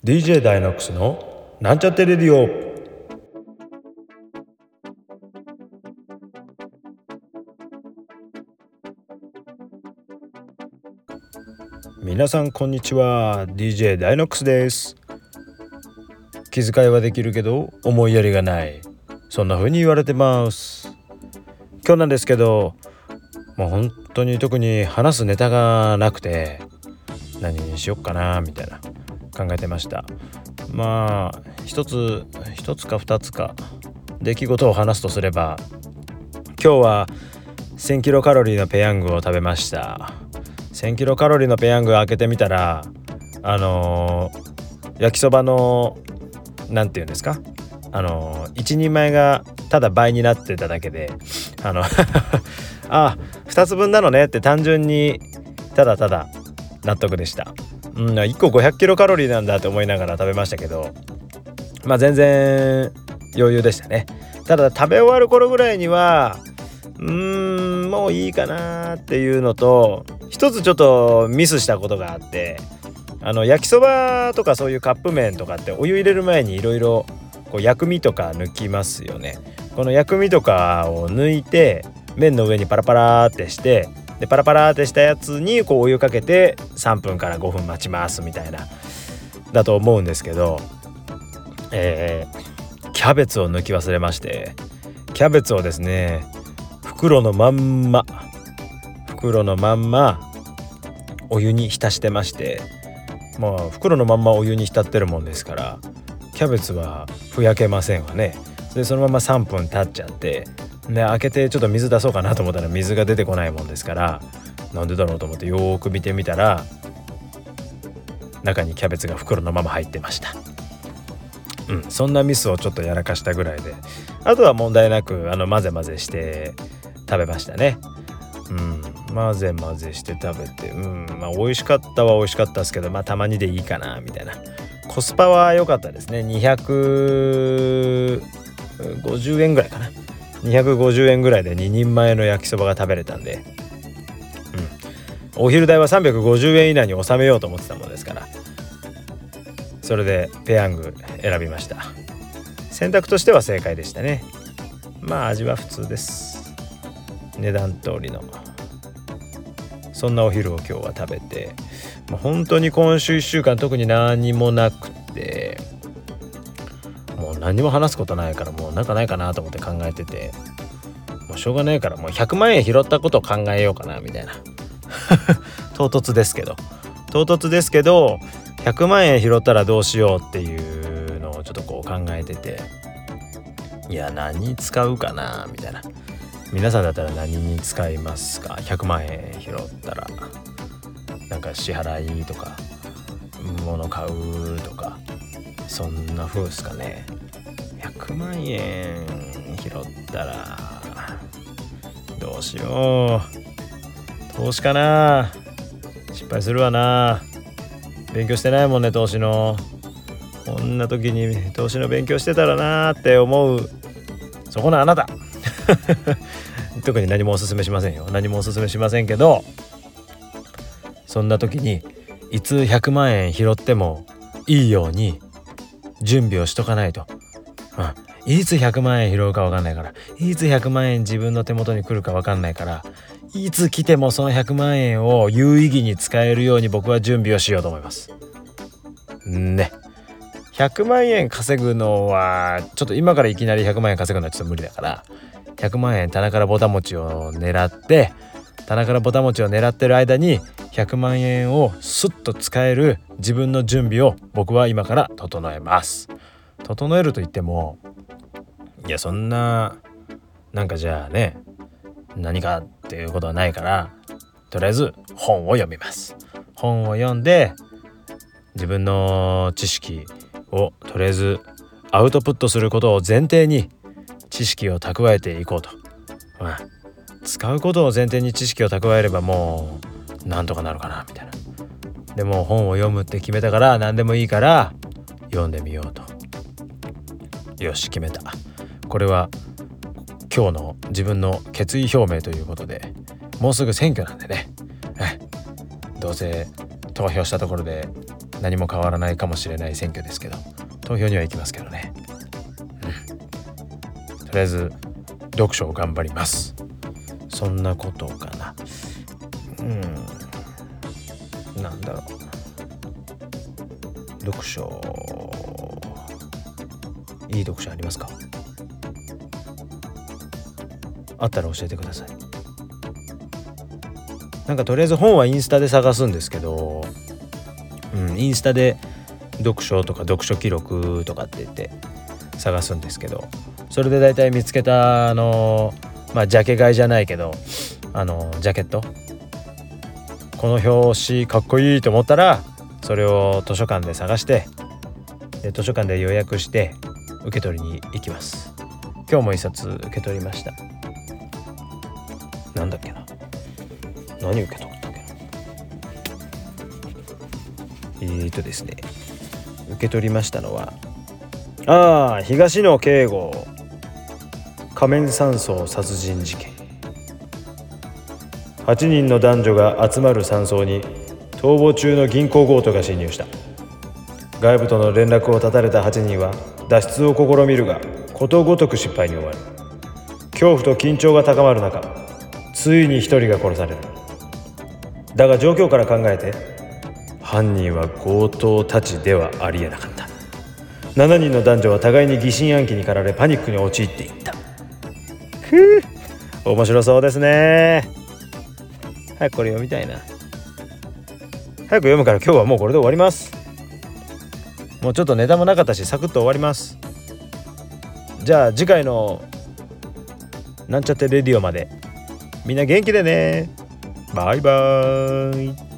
DJ ダイノックスのなんちゃってレディオ。皆さんこんにちは。 DJ ダイノックスです。気遣いはできるけど思いやりがない、そんな風に言われてます。今日なんですけど、もう本当に特に話すネタがなくて何にしよっかなみたいな考えてました。まあ一つか二つか出来事を話すとすれば、今日は1000キロカロリーのペヤングを食べました。1000キロカロリーのペヤングを開けてみたら、焼きそばのなんていうんですか、一人前がただ倍になってただけで2つ分なのねって単純にただ納得でした。1個500キロカロリーなんだって思いながら食べましたけど、まあ全然余裕でしたね。ただ食べ終わる頃ぐらいにはもういいかなっていうのと、一つちょっとミスしたことがあって、焼きそばとかそういうカップ麺とかってお湯入れる前にいろいろ薬味とか抜きますよね。この薬味とかを抜いて麺の上にパラパラってして、でパラパラってしたやつにお湯かけて3分から5分待ちますみたいなだと思うんですけど、キャベツを抜き忘れまして、キャベツをですね袋のまんまお湯に浸してまして、もう袋のまんまお湯に浸ってるもんですからキャベツはふやけませんわね。でそのまま3分経っちゃって、で開けてちょっと水出そうかなと思ったら水が出てこないもんですから、なんでだろうと思ってよーく見てみたら、中にキャベツが袋のまま入ってました。そんなミスをちょっとやらかしたぐらいで、あとは問題なく混ぜ混ぜして食べましたね。混ぜ混ぜして食べて、美味しかったは美味しかったですけど、たまにでいいかなみたいな。コスパは良かったですね。250円ぐらいかな。250円ぐらいで2人前の焼きそばが食べれたんで、お昼代は350円以内に収めようと思ってたものですから、それでペヤング選びました。選択としては正解でしたね。味は普通です。値段通りのそんなお昼を今日は食べて、本当に今週1週間特に何もなくて、もう何も話すことないから、もうなんかないかなと思って考えてて、もうしょうがないからもう100万円拾ったことを考えようかなみたいな唐突ですけど100万円拾ったらどうしようっていうのをちょっと考えてて、いや何使うかなみたいな。皆さんだったら何に使いますか？100万円拾ったら。なんか支払いとか物買うとかそんな風ですかね。100万円拾ったらどうしよう。投資かな。失敗するわな。勉強してないもんね、投資の。こんな時に投資の勉強してたらなって思うそこのあなた特に何もおすすめしませんよ。何もおすすめしませんけど、そんな時にいつ100万円拾ってもいいように準備をしとかないと、いつ100万円拾うか分かんないから、いつ100万円自分の手元に来るか分かんないから、いつ来てもその100万円を有意義に使えるように僕は準備をしようと思いますね。100万円稼ぐのはちょっと今からいきなり100万円稼ぐのはちょっと無理だから、100万円棚からぼた餅を狙ってる間に100万円をスッと使える自分の準備を僕は今から整えます。整えると言っても、いやそんななんかじゃあね何かっていうことはないから、とりあえず本を読みます。本を読んで自分の知識をとりあえずアウトプットすることを前提に知識を蓄えていこうと。使うことを前提に知識を蓄えればもうなんとかなるかなみたいな。でも本を読むって決めたから何でもいいから読んでみようと。よし決めた。これは今日の自分の決意表明ということで、もうすぐ選挙なんでね、どうせ投票したところで何も変わらないかもしれない選挙ですけど、投票には行きますけどね。とりあえず読書を頑張ります。そんなことかな。なんだろう、読書、いい読書ありますか？あったら教えてください。なんかとりあえず本はインスタで探すんですけど、インスタで読書とか読書記録とかって言って探すんですけど、それでだいたい見つけたジャケ買いじゃないけどジャケット、この表紙かっこいいと思ったらそれを図書館で探して、で図書館で予約して受け取りに行きます。今日も一冊受け取りました。なんだっけな、何受け取ったっけな。ですね、受け取りましたのは東野圭吾仮面山荘殺人事件。8人の男女が集まる山荘に逃亡中の銀行強盗が侵入した。外部との連絡を絶たれた8人は脱出を試みるがことごとく失敗に終わる。恐怖と緊張が高まる中、ついに1人が殺される。だが状況から考えて犯人は強盗たちではありえなかった。7人の男女は互いに疑心暗鬼に駆られパニックに陥っていった。面白そうですね。早くこれ読みたいな。早く読むから今日はもうこれで終わります。もうちょっとネタもなかったしサクッと終わります。じゃあ次回のなんちゃってレディオまでみんな元気でね。バイバーイ。